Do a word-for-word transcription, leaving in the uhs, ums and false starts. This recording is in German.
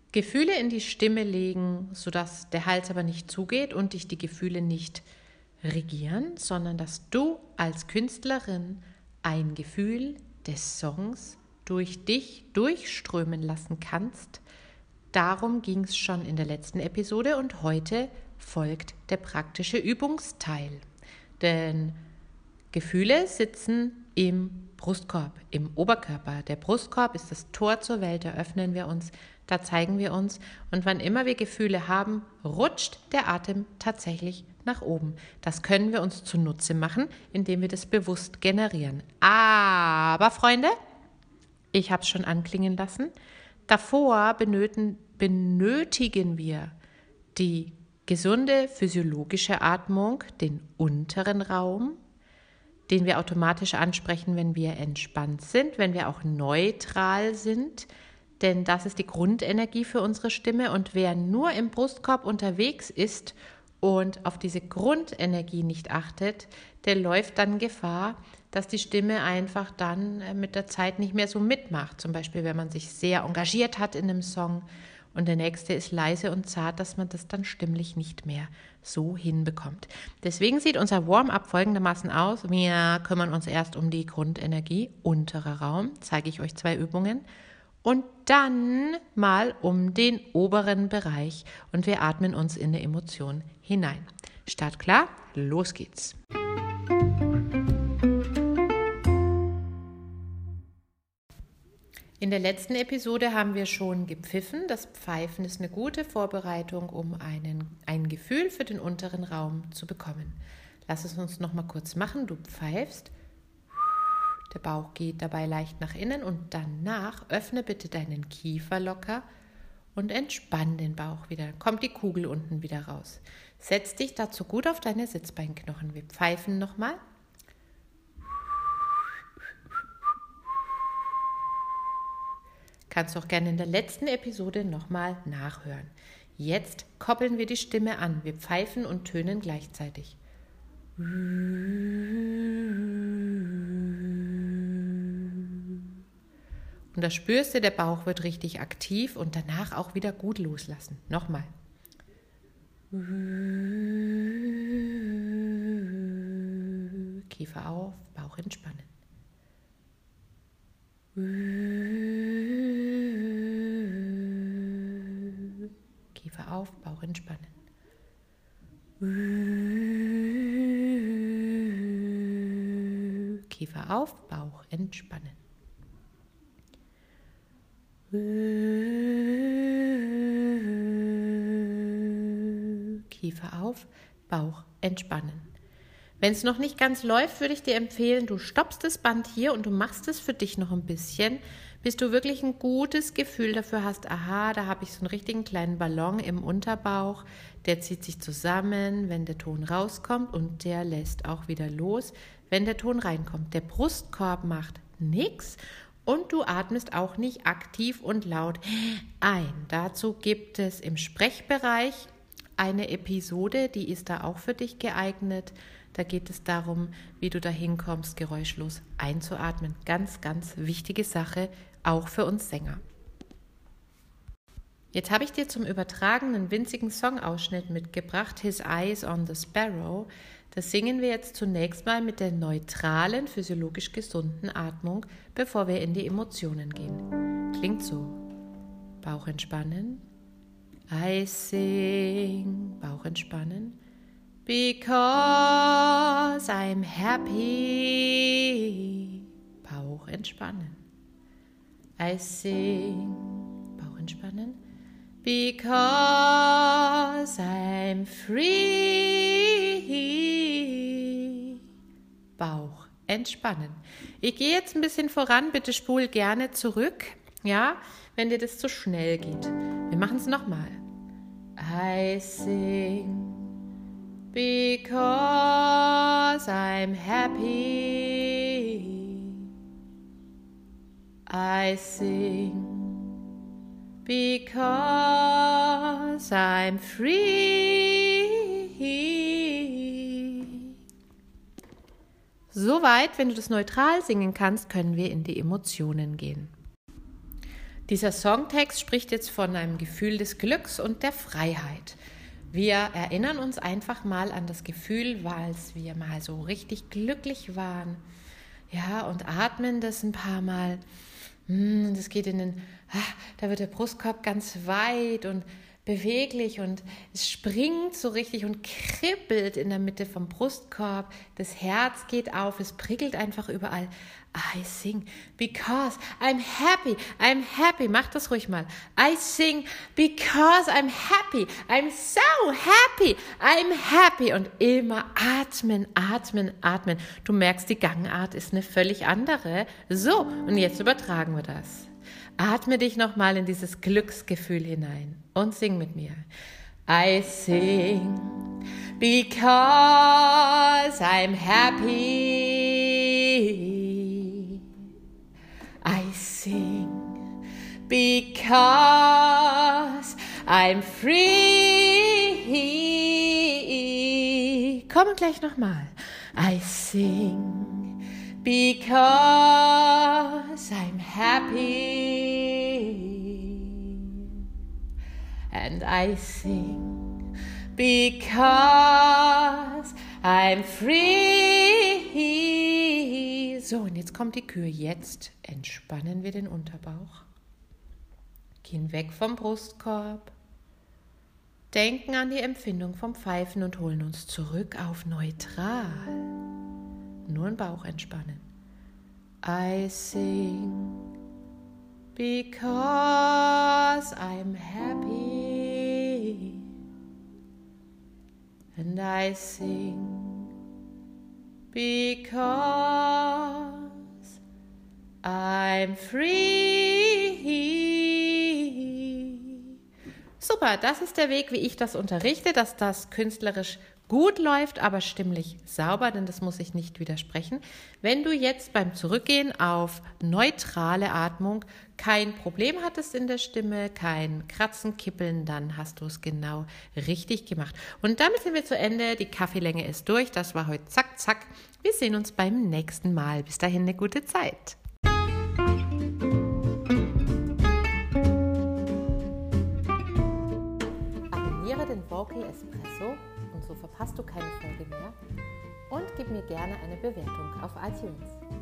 Gefühle in die Stimme legen, sodass der Hals aber nicht zugeht und dich die Gefühle nicht regieren, sondern dass du als Künstlerin ein Gefühl des Songs durch dich durchströmen lassen kannst. Darum ging es schon in der letzten Episode und heute folgt der praktische Übungsteil. Denn Gefühle sitzen im Brustkorb, im Oberkörper. Der Brustkorb ist das Tor zur Welt, da öffnen wir uns, da zeigen wir uns. Und wann immer wir Gefühle haben, rutscht der Atem tatsächlich nach oben. Das können wir uns zunutze machen, indem wir das bewusst generieren. Aber Freunde, ich habe es schon anklingen lassen, davor benötigen, benötigen wir die gesunde physiologische Atmung, den unteren Raum, den wir automatisch ansprechen, wenn wir entspannt sind, wenn wir auch neutral sind, denn das ist die Grundenergie für unsere Stimme. Und wer nur im Brustkorb unterwegs ist und auf diese Grundenergie nicht achtet, der läuft dann Gefahr, dass die Stimme einfach dann mit der Zeit nicht mehr so mitmacht. Zum Beispiel, wenn man sich sehr engagiert hat in einem Song und der nächste ist leise und zart, dass man das dann stimmlich nicht mehr so hinbekommt. Deswegen sieht unser Warm-up folgendermaßen aus. Wir kümmern uns erst um die Grundenergie, unterer Raum, zeige ich euch zwei Übungen, und dann mal um den oberen Bereich und wir atmen uns in eine Emotion hinein. Start klar, los geht's. In der letzten Episode haben wir schon gepfiffen. Das Pfeifen ist eine gute Vorbereitung, um einen, ein Gefühl für den unteren Raum zu bekommen. Lass es uns noch mal kurz machen. Du pfeifst, der Bauch geht dabei leicht nach innen und danach öffne bitte deinen Kiefer locker und entspann den Bauch wieder. Dann kommt die Kugel unten wieder raus. Setz dich dazu gut auf deine Sitzbeinknochen. Wir pfeifen nochmal. Kannst du auch gerne in der letzten Episode nochmal nachhören. Jetzt koppeln wir die Stimme an. Wir pfeifen und tönen gleichzeitig. Und da spürst du, der Bauch wird richtig aktiv und danach auch wieder gut loslassen. Nochmal. Kiefer auf, Bauch entspannen. Kiefer auf, Bauch entspannen. Kiefer auf, Bauch entspannen. Kiefer auf, Bauch entspannen. Wenn es noch nicht ganz läuft, würde ich dir empfehlen, du stoppst das Band hier und du machst es für dich noch ein bisschen, bis du wirklich ein gutes Gefühl dafür hast, aha, da habe ich so einen richtigen kleinen Ballon im Unterbauch, der zieht sich zusammen, wenn der Ton rauskommt und der lässt auch wieder los, wenn der Ton reinkommt. Der Brustkorb macht nichts und du atmest auch nicht aktiv und laut ein. Dazu gibt es im Sprechbereich eine Episode, die ist da auch für dich geeignet. Da geht es darum, wie du dahin kommst, geräuschlos einzuatmen. Ganz, ganz wichtige Sache, auch für uns Sänger. Jetzt habe ich dir zum Übertragen einen winzigen Songausschnitt mitgebracht, His Eyes on the Sparrow. Das singen wir jetzt zunächst mal mit der neutralen, physiologisch gesunden Atmung, bevor wir in die Emotionen gehen. Klingt so. Bauch entspannen. I sing. Bauch entspannen. Because I'm happy. Bauch entspannen. I sing. Bauch entspannen. Because I'm free. Bauch entspannen. Ich gehe jetzt ein bisschen voran, bitte spul gerne zurück, ja, wenn dir das zu schnell geht. Wir machen es nochmal. I sing. Because I'm happy, I sing. Because I'm free. Soweit, wenn du das neutral singen kannst, können wir in die Emotionen gehen. Dieser Songtext spricht jetzt von einem Gefühl des Glücks und der Freiheit. Wir erinnern uns einfach mal an das Gefühl, als wir mal so richtig glücklich waren. Ja, und atmen das ein paar Mal. Das geht in den, da wird der Brustkorb ganz weit und beweglich und es springt so richtig und kribbelt in der Mitte vom Brustkorb. Das Herz geht auf, es prickelt einfach überall. I sing because I'm happy, I'm happy. Mach das ruhig mal. I sing because I'm happy, I'm so happy, I'm happy. Und immer atmen, atmen, atmen. Du merkst, die Gangart ist eine völlig andere. So, und jetzt übertragen wir das. Atme dich nochmal in dieses Glücksgefühl hinein und sing mit mir. I sing because I'm happy. I sing because I'm free. Komm gleich nochmal. I sing because I'm happy. And I sing because I'm free. So, und jetzt kommt die Kür. Jetzt entspannen wir den Unterbauch. Gehen weg vom Brustkorb. Denken an die Empfindung vom Pfeifen und holen uns zurück auf neutral. Nur den Bauch entspannen. I sing because I'm happy. And I sing because I'm free. Super, das ist der Weg, wie ich das unterrichte, dass das künstlerisch gut läuft, aber stimmlich sauber, denn das muss ich nicht widersprechen. Wenn du jetzt beim Zurückgehen auf neutrale Atmung kein Problem hattest in der Stimme, kein Kratzen, Kippeln, dann hast du es genau richtig gemacht. Und damit sind wir zu Ende. Die Kaffeelänge ist durch. Das war heute zack, zack. Wir sehen uns beim nächsten Mal. Bis dahin eine gute Zeit. Abonniere den Vocal Espresso und so verpasst du keine Folge mehr und gib mir gerne eine Bewertung auf iTunes.